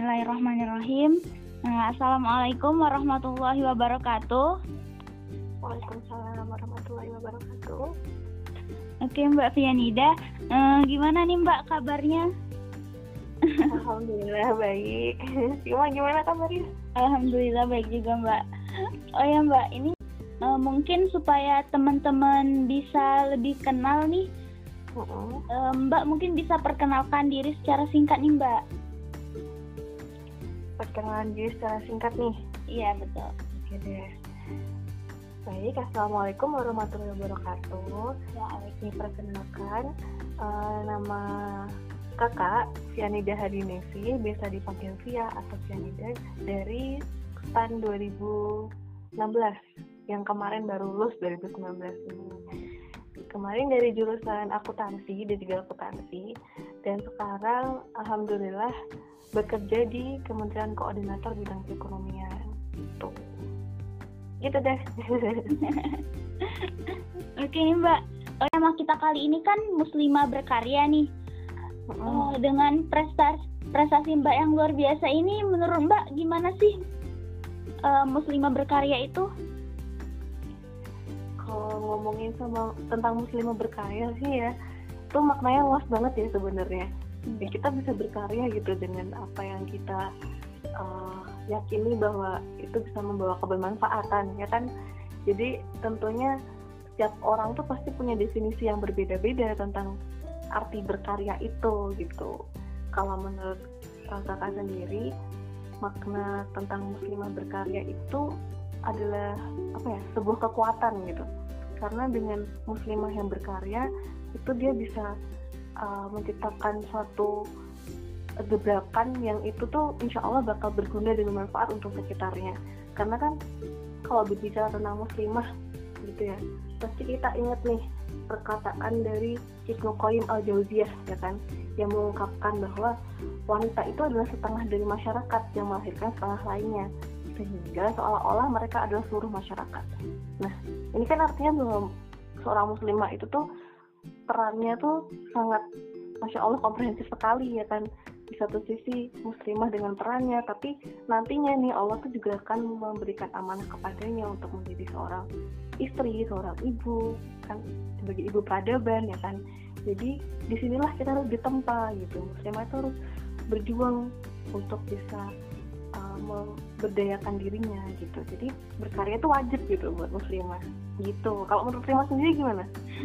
Bismillahirrahmanirrahim. Assalamualaikum warahmatullahi wabarakatuh. Waalaikumsalam warahmatullahi wabarakatuh. Oke Mbak Fianida, gimana nih Mbak kabarnya? Alhamdulillah baik. Gimana kabarnya? Alhamdulillah baik juga Mbak. Oh ya Mbak, ini mungkin supaya teman-teman bisa lebih kenal nih, Mbak mungkin bisa perkenalkan diri secara singkat nih Mbak. Perkenalan diri secara singkat nih. Iya betul. Oke deh. Baik, assalamualaikum warahmatullahi wabarakatuh. Ini perkenalkan nama kakak Fianida Hadinevi, biasa dipanggil Via atau Fianida, dari STAN 2016 yang kemarin baru lulus 2019 ini. Kemarin dari jurusan akuntansi, D3 akuntansi, dan sekarang alhamdulillah bekerja di Kementerian Koordinator Bidang Perekonomian. Tuh. Gitu deh. Oke Mbak, tema kita kali ini kan Muslimah berkarya nih. Dengan prestasi Mbak yang luar biasa ini, menurut Mbak gimana sih Muslimah berkarya itu? Kalau ngomongin tentang Muslimah berkarya sih ya, itu maknanya luas banget ya sebenarnya. Ya, kita bisa berkarya gitu dengan apa yang kita yakini bahwa itu bisa membawa kebermanfaatan, ya kan? Jadi tentunya setiap orang tuh pasti punya definisi yang berbeda-beda tentang arti berkarya itu gitu. Kalau menurut kakak sendiri, makna tentang Muslimah berkarya itu adalah sebuah kekuatan gitu. Karena dengan Muslimah yang berkarya itu dia bisa menciptakan suatu gebrakan yang itu tuh insya Allah bakal berguna dan bermanfaat untuk sekitarnya. Karena kan kalau berbicara tentang Muslimah gitu ya, pasti kita ingat nih perkataan dari Ibnu Qayyim al-Jauziyah ya kan, yang mengungkapkan bahwa wanita itu adalah setengah dari masyarakat yang melahirkan setengah lainnya, sehingga seolah-olah mereka adalah seluruh masyarakat. Nah, ini kan artinya bahwa seorang muslimah itu tuh perannya tuh sangat Masya Allah komprehensif sekali ya kan. Di satu sisi muslimah dengan perannya, tapi nantinya nih Allah tuh juga akan memberikan amanah kepadanya untuk menjadi seorang istri, seorang ibu, kan sebagai ibu peradaban ya kan. Jadi disinilah kita harus ditempa gitu. Muslimah itu harus berjuang untuk bisa memberdayakan dirinya gitu. Jadi berkarya itu wajib gitu buat muslimah gitu. Kalau menurut Rima sendiri gimana?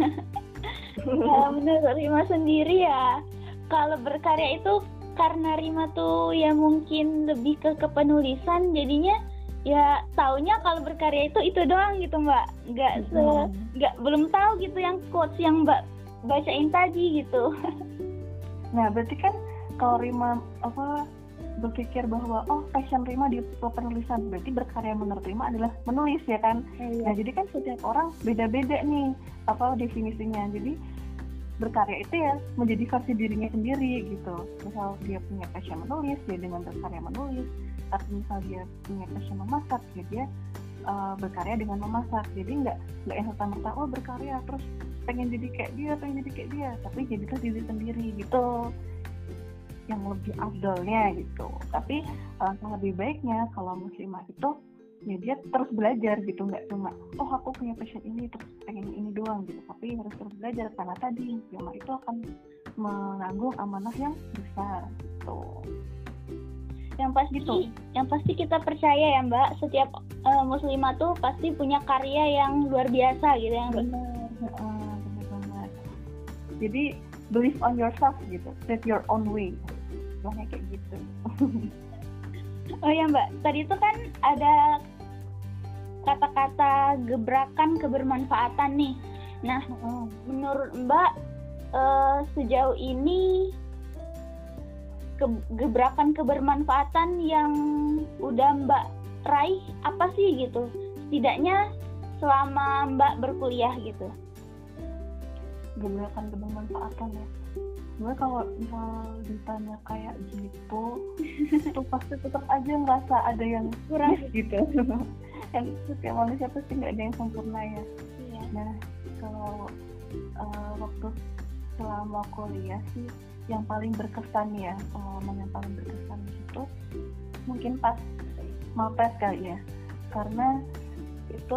Menurut Rima sendiri ya, kalau berkarya itu karena Rima tuh ya mungkin lebih ke kepenulisan, jadinya ya taunya kalau berkarya itu doang gitu Mbak. Belum tahu gitu yang quotes yang Mbak bacain tadi gitu. Nah, berarti kan kalau Rima berpikir bahwa passion Rima di penulisan, berarti berkarya menurut Rima adalah menulis ya kan. Nah, jadi kan setiap orang beda-beda nih definisinya. Jadi berkarya itu ya menjadi versi dirinya sendiri gitu. Misal dia punya passion menulis, dia dengan berkarya menulis. Atau misal dia punya passion memasak, ya dia berkarya dengan memasak. Jadi nggak yang serta-merta berkarya terus pengen jadi kayak dia, tapi jadilah diri sendiri gitu, yang lebih afdolnya gitu. Tapi alangkah lebih baiknya kalau muslimah itu ya dia terus belajar gitu, nggak cuma aku punya passion ini terus pengen ini doang gitu, tapi harus terus belajar karena tadi muslimah itu akan menanggung amanah yang besar gitu. Yang pasti kita percaya ya Mbak, setiap muslimah tuh pasti punya karya yang luar biasa gitu yang benar banget. Jadi believe on yourself gitu, set your own way. Kayak gitu. Oh ya Mbak, tadi itu kan ada kata-kata gebrakan kebermanfaatan nih. Nah, menurut Mbak sejauh ini gebrakan kebermanfaatan yang udah Mbak raih apa sih gitu? Setidaknya selama Mbak berkuliah gitu. Gebrakan kebermanfaatan ya. Sebenarnya kalau misal ditanya kayak gitu, itu pasti tetap aja ngerasa ada yang kurang gitu. Kan setiap manusia pasti nggak ada yang sempurna ya. Iya. Nah, kalau waktu selama kuliah sih yang paling berkesan ya, pengalaman yang paling berkesan itu mungkin pas Mapres kali ya, karena itu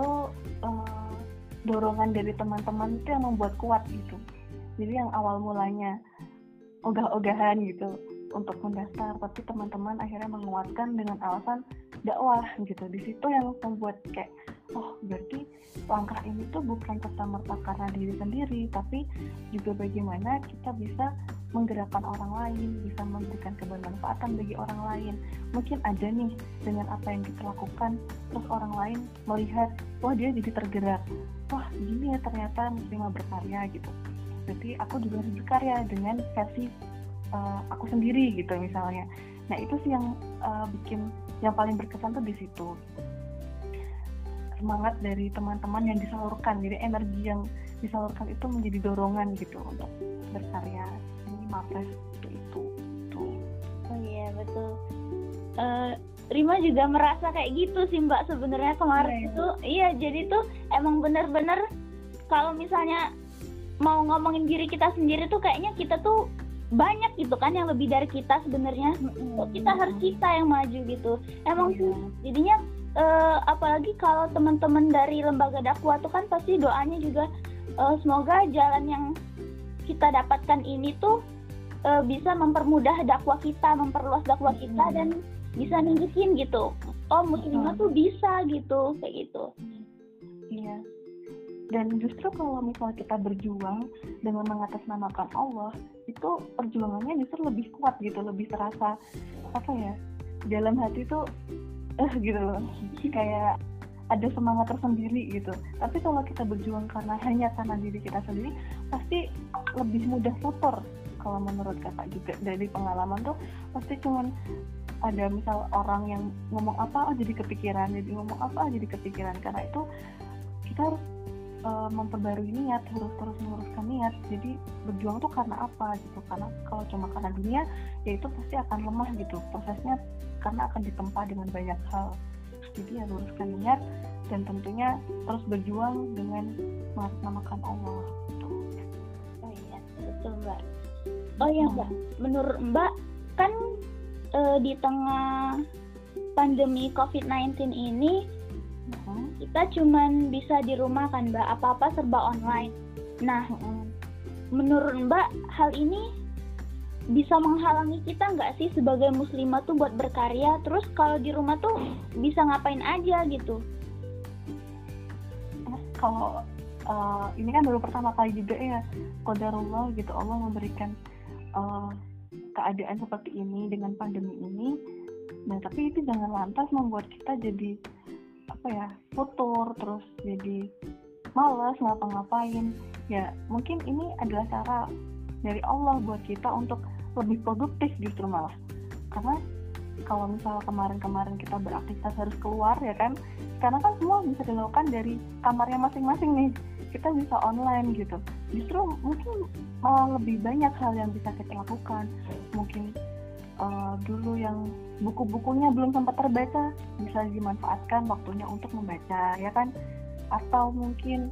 dorongan dari teman-teman itu yang membuat kuat gitu. Jadi yang awal mulanya ogah-ogahan gitu untuk mendaftar, tapi teman-teman akhirnya menguatkan dengan alasan dakwah gitu. Di situ yang membuat kayak, oh berarti langkah ini tuh bukan serta-merta karena diri sendiri, tapi juga bagaimana kita bisa menggerakkan orang lain, bisa memberikan kebermanfaatan bagi orang lain. Mungkin aja nih dengan apa yang kita lakukan, terus orang lain melihat, wah dia jadi tergerak, wah gini ya ternyata muslimah berkarya gitu. Berarti aku juga harus berkarya dengan versi aku sendiri gitu misalnya. Nah itu sih yang bikin yang paling berkesan tuh di situ. Semangat dari teman-teman yang disalurkan, jadi energi yang disalurkan itu menjadi dorongan gitu untuk berkarya. Ini Mapres itu. Oh iya betul. Rima juga merasa kayak gitu sih Mbak sebenarnya kemarin itu. Iya jadi tuh emang bener-bener kalau misalnya mau ngomongin diri kita sendiri tuh kayaknya kita tuh banyak gitu kan yang lebih dari kita sebenarnya. Kita harus kita yang maju gitu. Emang sih jadinya apalagi kalau teman-teman dari lembaga dakwah tuh kan pasti doanya juga semoga jalan yang kita dapatkan ini tuh bisa mempermudah dakwah kita, memperluas dakwah kita dan bisa nunjukin gitu. Oh muslimah tuh bisa gitu kayak gitu. Iya. Dan justru kalau misalnya kita berjuang dengan mengatasnamakan Allah, itu perjuangannya justru lebih kuat gitu, lebih terasa apa ya, dalam hati tuh gitu loh, kayak ada semangat tersendiri gitu. Tapi kalau kita berjuang hanya karena diri kita sendiri, pasti lebih mudah futur. Kalau menurut kakak juga dari pengalaman tuh pasti cuman ada misal orang yang ngomong apa jadi kepikiran, karena itu kita harus memperbarui niat, harus terus meluruskan niat. Jadi berjuang tuh karena apa gitu, karena kalau cuma karena dunia ya itu pasti akan lemah gitu prosesnya, karena akan ditempa dengan banyak hal. Jadi ya luruskan niat dan tentunya terus berjuang dengan mengatasnamakan Allah gitu. Oh iya betul Mbak. Oh iya Mbak, menurut Mbak kan di tengah pandemi COVID-19 ini kita cuman bisa di rumah kan Mbak, apa-apa serba online. Nah, menurut Mbak hal ini bisa menghalangi kita nggak sih sebagai muslimah tuh buat berkarya? Terus kalau di rumah tuh bisa ngapain aja gitu? Kalau ini kan baru pertama kali juga ya, qadarullah gitu, Allah memberikan keadaan seperti ini dengan pandemi ini. Nah tapi itu jangan lantas membuat kita jadi futur, terus jadi malas ngapa-ngapain. Ya mungkin ini adalah cara dari Allah buat kita untuk lebih produktif justru malah. Karena kalau misalnya kemarin kita beraktivitas harus keluar ya kan, sekarang kan semua bisa dilakukan dari kamarnya masing-masing nih, kita bisa online gitu. Justru mungkin lebih banyak hal yang bisa kita lakukan. Mungkin dulu yang buku-bukunya belum sempat terbaca bisa dimanfaatkan waktunya untuk membaca ya kan, atau mungkin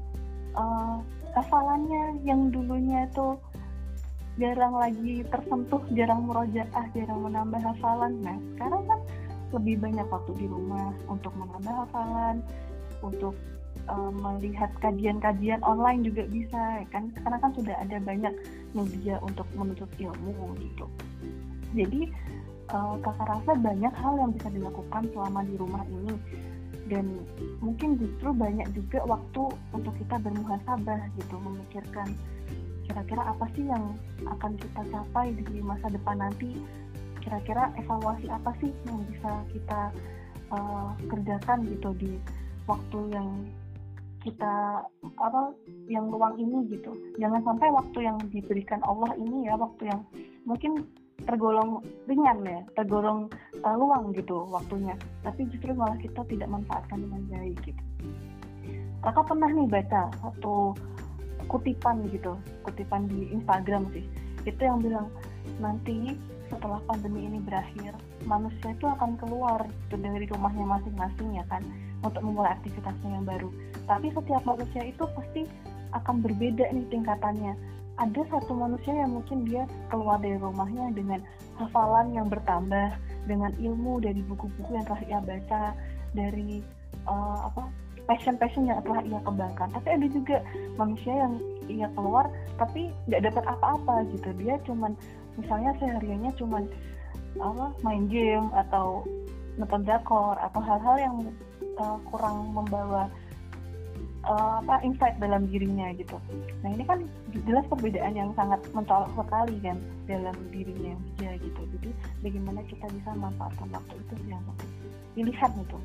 hafalannya yang dulunya itu jarang lagi tersentuh, jarang murojaah, jarang menambah hafalan. Nah sekarang kan lebih banyak waktu di rumah untuk menambah hafalan, untuk melihat kajian-kajian online juga bisa ya kan, karena kan sudah ada banyak media untuk menuntut ilmu gitu. Jadi kakak rasa banyak hal yang bisa dilakukan selama di rumah ini, dan mungkin justru banyak juga waktu untuk kita bermuhasabah gitu, memikirkan kira-kira apa sih yang akan kita capai di masa depan nanti, kira-kira evaluasi apa sih yang bisa kita kerjakan gitu di waktu yang kita yang luang ini gitu. Jangan sampai waktu yang diberikan Allah ini ya waktu yang mungkin tergolong ringan ya, tergolong luang gitu waktunya, tapi justru malah kita tidak manfaatkan dengan baik gitu. Kakak pernah nih baca satu kutipan di Instagram sih, itu yang bilang nanti setelah pandemi ini berakhir, manusia itu akan keluar gitu dari rumahnya masing-masing ya kan, untuk memulai aktivitasnya yang baru. Tapi setiap manusia itu pasti akan berbeda nih tingkatannya. ada satu manusia yang mungkin dia keluar dari rumahnya dengan hafalan yang bertambah, dengan ilmu dari buku-buku yang telah ia baca, dari passion yang telah ia kembangkan. Tapi ada juga manusia yang ia keluar tapi nggak dapat apa-apa gitu. Dia cuman misalnya sehariannya cuman main game atau nonton drakor atau hal-hal yang kurang membawa insight dalam dirinya gitu. Nah ini kan jelas perbedaan yang sangat mencolok sekali kan dalam dirinya dia gitu. Jadi bagaimana kita bisa manfaatkan waktu itu yang dilihat gitu.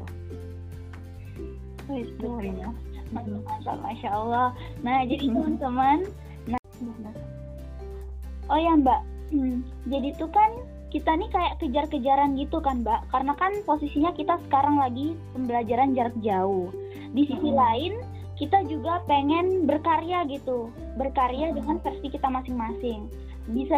Masya Allah. Nah jadi teman-teman, oh ya Mbak, jadi itu kan kita nih kayak kejar-kejaran gitu kan Mbak, karena kan posisinya kita sekarang lagi pembelajaran jarak jauh. Di sisi lain kita juga pengen berkarya gitu, berkarya dengan versi kita masing-masing. Bisa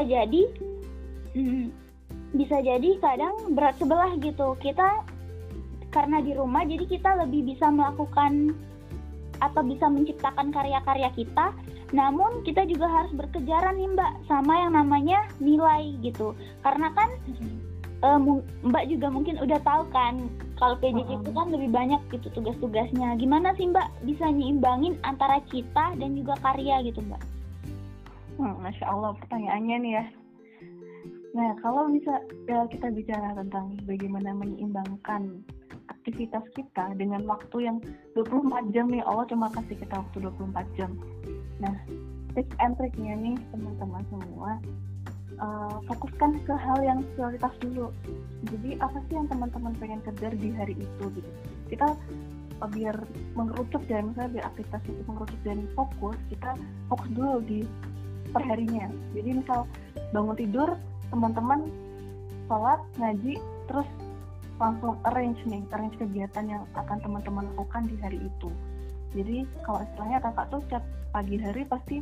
jadi kadang berat sebelah gitu. Kita karena di rumah jadi kita lebih bisa melakukan atau bisa menciptakan karya-karya kita. Namun kita juga harus berkejaran nih Mbak sama yang namanya nilai gitu. Karena kan Mbak juga mungkin udah tahu kan kalau PJJ itu kan lebih banyak gitu tugas-tugasnya. Gimana sih Mbak bisa nyimbangin antara kita dan juga karya gitu Mbak? Masya Allah pertanyaannya nih ya. Nah kalau bisa kita bicara tentang bagaimana menyeimbangkan aktivitas kita dengan waktu yang 24 jam nih, Allah cuma kasih kita waktu 24 jam. Nah, tips and triknya nih teman-teman semua, fokuskan ke hal yang prioritas dulu. Jadi apa sih yang teman-teman pengen kejar di hari itu gitu. Kita biar mengerucut dan misalnya biar aktivitas itu mengerucut dan fokus, kita fokus dulu di perharinya. Jadi misal bangun tidur, teman-teman sholat, ngaji, terus langsung arrange kegiatan yang akan teman-teman lakukan di hari itu. Jadi kalau istilahnya kakak tuh setiap pagi hari pasti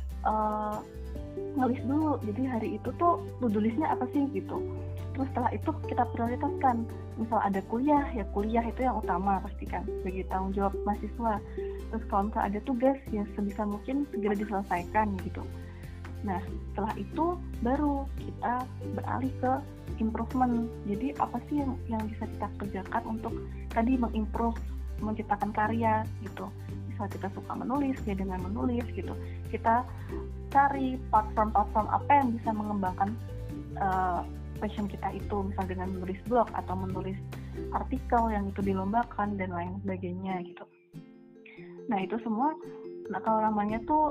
ngelis dulu. Jadi hari itu tuh to-do listnya apa sih gitu. Terus setelah itu kita prioritaskan. Misal ada kuliah, ya kuliah itu yang utama pastikan sebagai tanggung jawab mahasiswa. Terus kalau misal ada tugas, ya sebisa mungkin segera diselesaikan gitu. Nah, setelah itu baru kita beralih ke improvement. Jadi apa sih yang bisa kita kerjakan untuk tadi mengimprove, menciptakan karya gitu. Misal kita suka menulis, ya dengan menulis gitu. Kita cari platform-platform apa yang bisa mengembangkan passion kita itu, misal dengan menulis blog atau menulis artikel yang itu dilombakan dan lain sebagainya gitu. Nah, itu semua kalau namanya tuh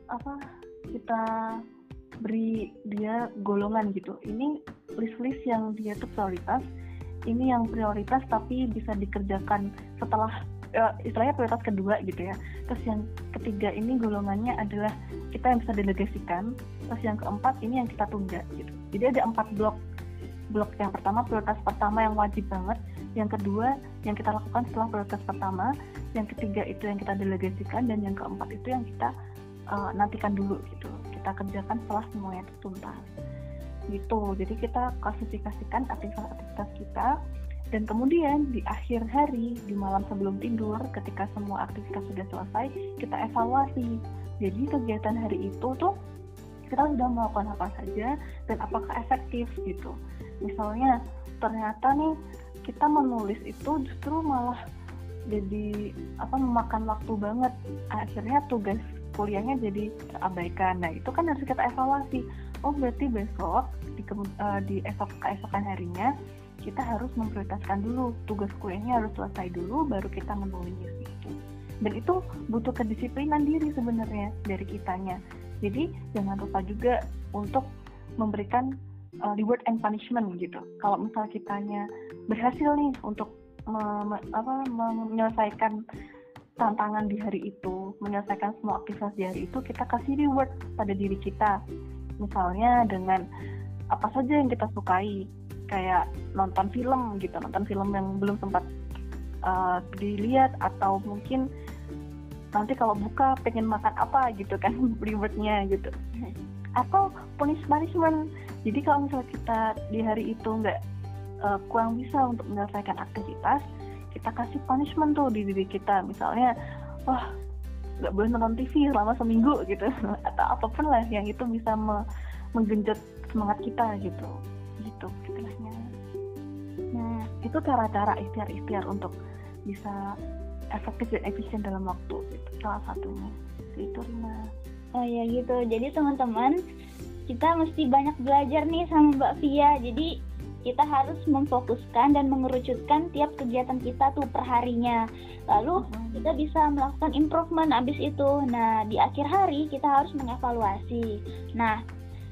kita beri dia golongan gitu. Ini list-list yang dia tuh prioritas, ini yang prioritas tapi bisa dikerjakan setelah istilahnya prioritas kedua gitu ya. Terus yang ketiga ini golongannya adalah kita yang bisa delegasikan. Terus yang keempat ini yang kita tunda gitu. Jadi ada 4 blok. Blok yang pertama prioritas pertama yang wajib banget, yang kedua yang kita lakukan setelah prioritas pertama, yang ketiga itu yang kita delegasikan, dan yang keempat itu yang kita nantikan dulu gitu. Kita kerjakan setelah semuanya itu tuntas gitu. Jadi kita klasifikasikan aktivitas kita, dan kemudian di akhir hari, di malam sebelum tidur, ketika semua aktivitas sudah selesai, kita evaluasi. Jadi kegiatan hari itu tuh kita sudah melakukan apa saja dan apakah efektif gitu. Misalnya ternyata nih kita menulis itu justru malah jadi memakan waktu banget, akhirnya tugas kuliahnya jadi terabaikan. Nah itu kan harus kita evaluasi. Oh berarti besok di keesokan harinya kita harus memprioritaskan dulu tugas kuliahnya, harus selesai dulu baru kita menulis gitu. Dan itu butuh kedisiplinan diri sebenarnya dari kitanya. Jadi jangan lupa juga untuk memberikan reward and punishment gitu. Kalau misal kitanya berhasil nih untuk menyelesaikan tantangan di hari itu, menyelesaikan semua aktivitas di hari itu, kita kasih reward pada diri kita. Misalnya dengan apa saja yang kita sukai, kayak nonton film gitu, nonton film yang belum sempat dilihat, atau mungkin nanti kalau buka pengen makan apa gitu kan, rewardnya gitu. Atau punishment. Jadi kalau misalnya kita di hari itu nggak kurang bisa untuk menyelesaikan aktivitas, kita kasih punishment tuh di diri kita. Misalnya, nggak boleh nonton TV selama seminggu gitu atau apapun lah yang itu bisa menggenjot semangat kita gitu istilahnya. Nah itu cara-cara ikhtiar untuk bisa efektif dan efisien dalam waktu gitu, salah satunya itu Rina. Oh ya gitu, jadi teman-teman kita mesti banyak belajar nih sama Mbak Via. Jadi kita harus memfokuskan dan mengerucutkan tiap kegiatan kita tuh per harinya. Lalu kita bisa melakukan improvement abis itu. Nah di akhir hari kita harus mengevaluasi. Nah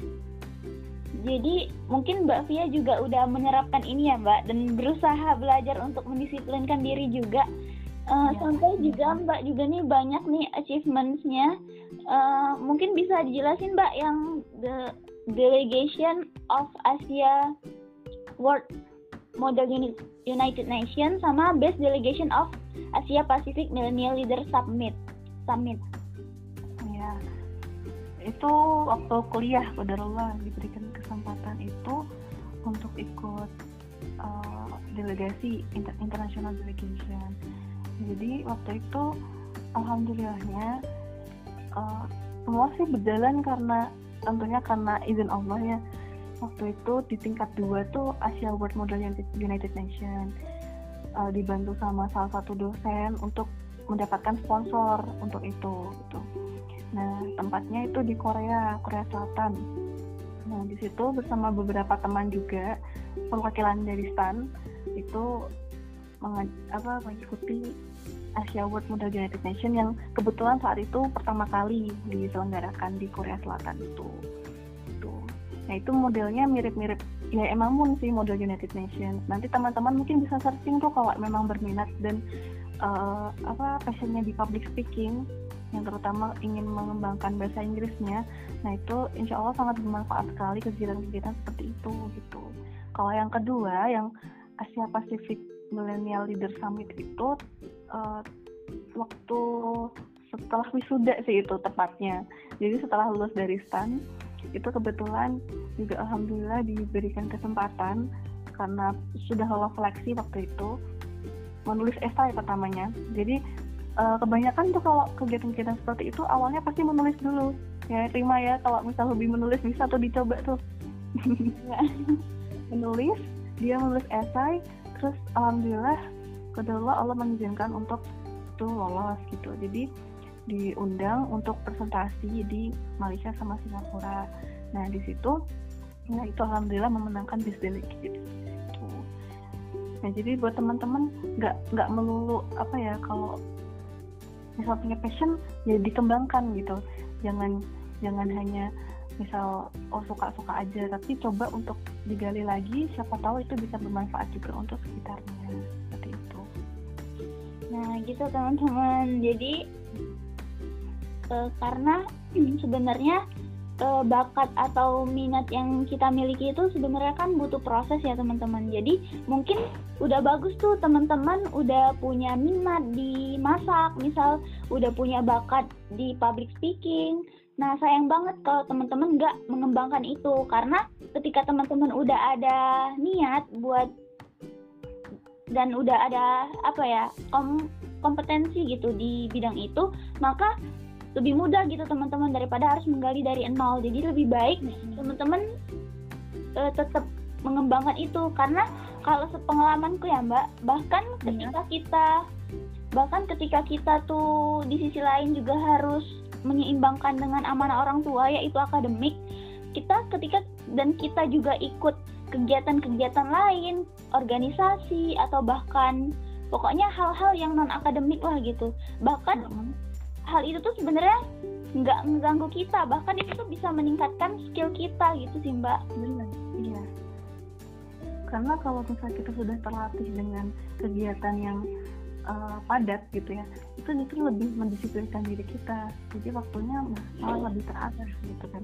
jadi mungkin Mbak Via juga udah menerapkan ini ya Mbak, dan berusaha belajar untuk mendisiplinkan diri juga. Sampai juga Mbak juga nih banyak nih achievementsnya. Mungkin bisa dijelasin Mbak yang the Delegation of Asia World Model United Nations sama Best Delegation of Asia Pacific Millennial Leader Summit. Ya, itu waktu kuliah qadarullah diberikan kesempatan itu untuk ikut delegasi international delegation. Jadi waktu itu alhamdulillahnya semua sih berjalan tentunya karena izin Allah ya. Waktu itu di tingkat 2 tuh Asia World Model United Nations, dibantu sama salah satu dosen untuk mendapatkan sponsor untuk itu gitu. Nah tempatnya itu di Korea Selatan. Nah di situ bersama beberapa teman juga perwakilan dari STAN itu mengikuti Asia World Model United Nations yang kebetulan saat itu pertama kali diselenggarakan di Korea Selatan itu. Nah itu modelnya mirip-mirip ya emang sih model United Nations. Nanti teman-teman mungkin bisa searching tuh kalau memang berminat dan passionnya di public speaking yang terutama ingin mengembangkan bahasa Inggrisnya. Nah itu insya Allah sangat bermanfaat sekali kegiatan-kegiatan seperti itu gitu. Kalau yang kedua yang Asia Pacific Millennial Leader Summit itu waktu setelah wisuda sih itu tepatnya. Jadi setelah lulus dari STAN itu kebetulan juga alhamdulillah diberikan kesempatan karena sudah lolos seleksi waktu itu menulis esai pertamanya. Jadi kebanyakan tuh kalau kegiatan-kegiatan seperti itu awalnya pasti menulis dulu. Ya terima ya kalau misal hobi menulis bisa tuh dicoba tuh. Dia menulis esai, terus alhamdulillah qadarullah Allah mengizinkan untuk tuh lolos gitu. Jadi diundang untuk presentasi di Malaysia sama Singapura. Nah di situ, itu alhamdulillah memenangkan Best Delegate. Nah jadi buat teman-teman nggak melulu kalau misal punya passion ya dikembangkan gitu. Jangan hanya misal suka-suka aja, tapi coba untuk digali lagi, siapa tahu itu bisa bermanfaat juga untuk sekitarnya seperti itu. Nah gitu teman-teman, jadi karena sebenarnya bakat atau minat yang kita miliki itu sebenarnya kan butuh proses ya teman-teman. Jadi mungkin udah bagus tuh teman-teman udah punya minat di masak, misal udah punya bakat di public speaking. Nah sayang banget kalau teman-teman nggak mengembangkan itu, karena ketika teman-teman udah ada niat buat dan udah ada kompetensi gitu di bidang itu, maka lebih mudah gitu teman-teman daripada harus menggali dari nol. Jadi lebih baik teman-teman tetap mengembangkan itu, karena kalau sepengalamanku ya Mbak, bahkan ketika kita tuh di sisi lain juga harus menyeimbangkan dengan amanah orang tua yaitu akademik, kita juga ikut kegiatan-kegiatan lain, organisasi atau bahkan pokoknya hal-hal yang non akademik lah gitu. Bahkan hal itu tuh sebenarnya nggak mengganggu kita, bahkan itu tuh bisa meningkatkan skill kita gitu sih Mbak. Benar, iya. Karena kalau misalnya kita sudah terlatih dengan kegiatan yang padat gitu ya, itu justru lebih mendisiplinkan diri kita. Jadi waktunya malah lebih teratur gitu kan.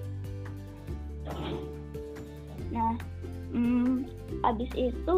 Nah, abis itu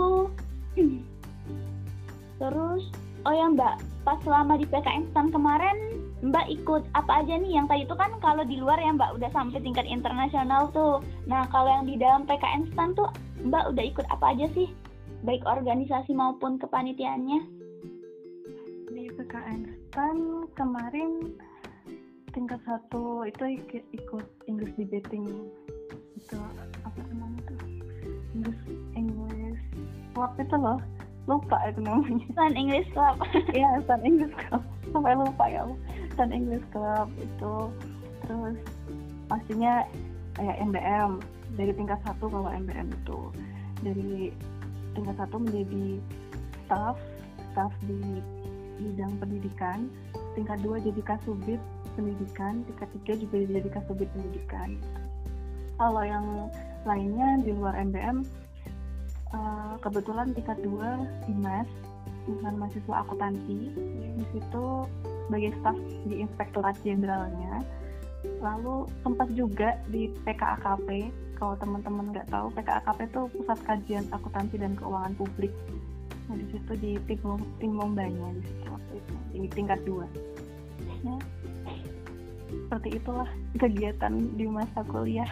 terus Mbak, pas selama di PKN STAN kemarin Mbak ikut apa aja nih? Yang tadi itu kan kalau di luar ya Mbak udah sampai tingkat internasional tuh. Nah kalau yang di dalam PKN STAN tuh Mbak udah ikut apa aja sih? Baik organisasi maupun kepanitiaannya? Di PKN kegiatan kemarin tingkat 1 itu ikut English debating, itu apa namanya tuh, English Club itu loh, lupa itu namanya. Sun English Club. Iya, Sun English Club, sampai lupa ya. Sun English Club itu, terus pastinya kayak MBM dari tingkat 1. Kalau MBM itu dari tingkat 1 menjadi staff di bidang pendidikan, tingkat 2 jadi kasubit pendidikan, tingkat 3 juga jadi kasubit pendidikan. Kalau yang lainnya di luar MBM, kebetulan tingkat 2 Dimas, bukan mahasiswa akuntansi, di situ sebagai staf di Inspektorat Jenderalnya. Lalu sempat juga di PKAKP. Kalau teman-teman nggak tahu, PKAKP itu Pusat Kajian Akuntansi dan Keuangan Publik. Nah, di situ di tim lombanya di situ waktu itu di tingkat 2. Ya, seperti itulah kegiatan di masa kuliah.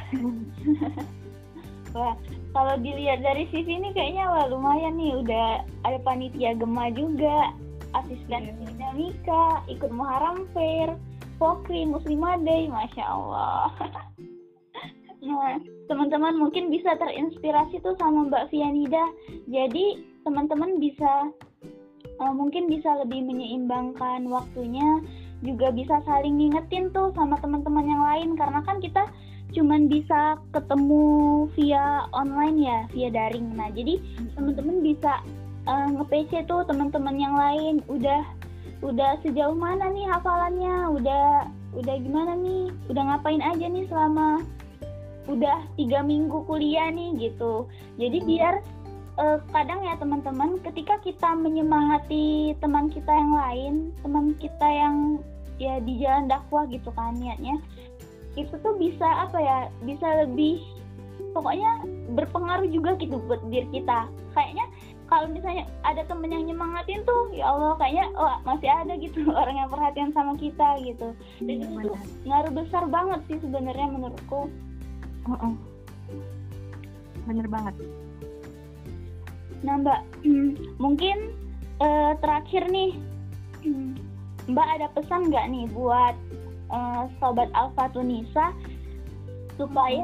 Wah, kalau dilihat dari CV ini kayaknya lumayan nih, udah ada panitia Gema juga, asisten dinamika, ikut Muharram Fair, Pokri, Muslimah Day, Masya Allah. Nah, teman-teman mungkin bisa terinspirasi tuh sama Mbak Fianida. Jadi teman-teman bisa mungkin bisa lebih menyeimbangkan waktunya, juga bisa saling ngingetin tuh sama teman-teman yang lain, karena kan kita cuman bisa ketemu via online ya, via daring. Nah, jadi teman-teman bisa nge-PC tuh teman-teman yang lain, udah sejauh mana nih hafalannya, udah gimana nih, udah ngapain aja nih selama udah 3 minggu kuliah nih gitu. Jadi biar kadang ya teman-teman, ketika kita menyemangati teman kita yang lain, teman kita yang ya di jalan dakwah gitu kan niatnya, itu tuh bisa bisa lebih, pokoknya berpengaruh juga gitu buat diri kita. Kayaknya kalau misalnya ada temen yang nyemangatin tuh, ya Allah, kayaknya masih ada gitu orang yang perhatian sama kita gitu. Dan itu ngaruh besar banget sih sebenarnya menurutku. Bener banget. Nah Mbak, mungkin terakhir nih, Mbak ada pesan nggak nih buat Sobat Alfa Tunisa supaya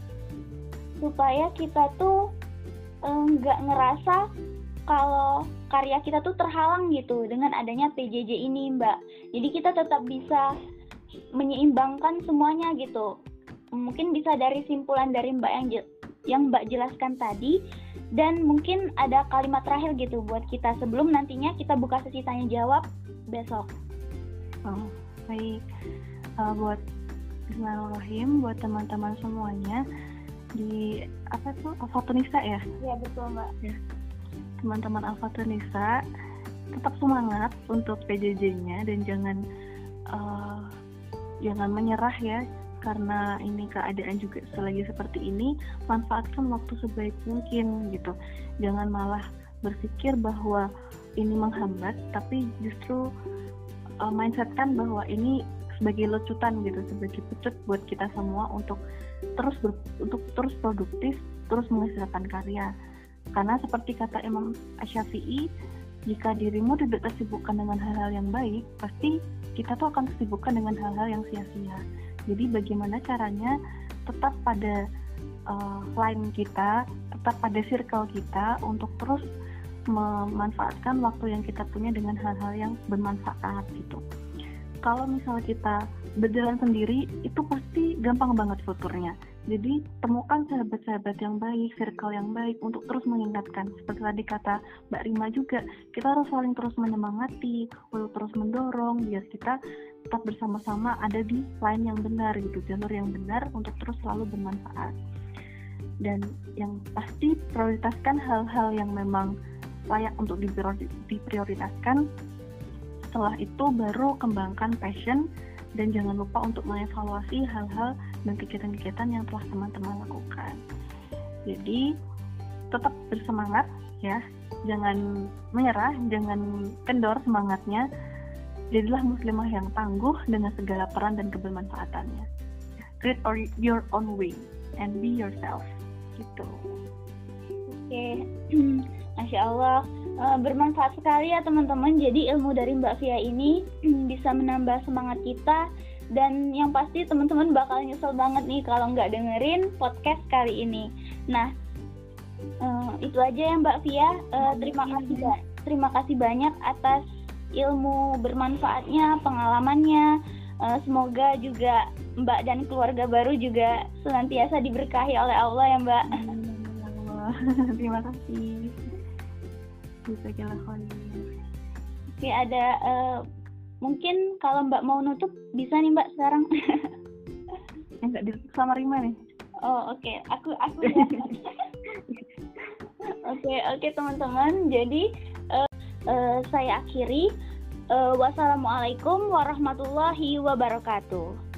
kita tuh nggak ngerasa kalau karya kita tuh terhalang gitu dengan adanya PJJ ini Mbak. Jadi kita tetap bisa menyeimbangkan semuanya gitu. Mungkin bisa dari simpulan dari Mbak yang Mbak jelaskan tadi, dan mungkin ada kalimat terakhir gitu buat kita sebelum nantinya kita buka sesi tanya jawab besok. Baik, buat Bismillahirrahmanirrahim, buat teman-teman semuanya di Alfa Tunisa ya? Iya betul Mbak. Ya. Teman-teman Alfa Tunisa tetap semangat untuk PJJ-nya dan jangan menyerah ya, karena ini keadaan juga selagi seperti ini. Manfaatkan waktu sebaik mungkin gitu. Jangan malah berpikir bahwa ini menghambat, tapi justru mindsetkan bahwa ini sebagai lecutan gitu, sebagai pecut buat kita semua untuk terus produktif, terus menghasilkan karya. Karena seperti kata Imam Asy-Syafi'i, jika dirimu tidak tersibukkan dengan hal-hal yang baik, pasti kita tuh akan tersibukkan dengan hal-hal yang sia-sia. Jadi bagaimana caranya tetap pada line kita, tetap pada circle kita untuk terus memanfaatkan waktu yang kita punya dengan hal-hal yang bermanfaat gitu. Kalau misalnya kita berjalan sendiri, itu pasti gampang banget futurnya. Jadi temukan sahabat-sahabat yang baik, circle yang baik untuk terus mengingatkan. Seperti tadi kata Mbak Rima juga, kita harus saling terus menyemangati, untuk terus mendorong biar kita tetap bersama-sama ada di line yang benar gitu, jalur yang benar untuk terus selalu bermanfaat. Dan yang pasti prioritaskan hal-hal yang memang layak untuk diprioritaskan. Setelah itu baru kembangkan passion, dan jangan lupa untuk mengevaluasi hal-hal dan kegiatan-kegiatan yang telah teman-teman lakukan. Jadi tetap bersemangat ya, jangan menyerah, jangan kendor semangatnya. Jadilah muslimah yang tangguh dengan segala peran dan kebermanfaatannya. Create your own way and be yourself. Gitu. Oke, Masya Allah. Bermanfaat sekali ya teman-teman. Jadi ilmu dari Mbak Via ini bisa menambah semangat kita. Dan yang pasti teman-teman bakal nyesel banget nih kalau nggak dengerin podcast kali ini. Nah, itu aja ya Mbak Via. Terima kasih banyak atas ilmu bermanfaatnya, pengalamannya. Semoga juga Mbak dan keluarga baru juga senantiasa diberkahi oleh Allah ya Mbak. Terima kasih. Oke, ada mungkin kalau Mbak mau nutup bisa nih Mbak sekarang. Enggak ditutup sama Rima nih. Oh oke. Aku ya. Oke teman-teman. Jadi saya akhiri. Wassalamualaikum warahmatullahi wabarakatuh.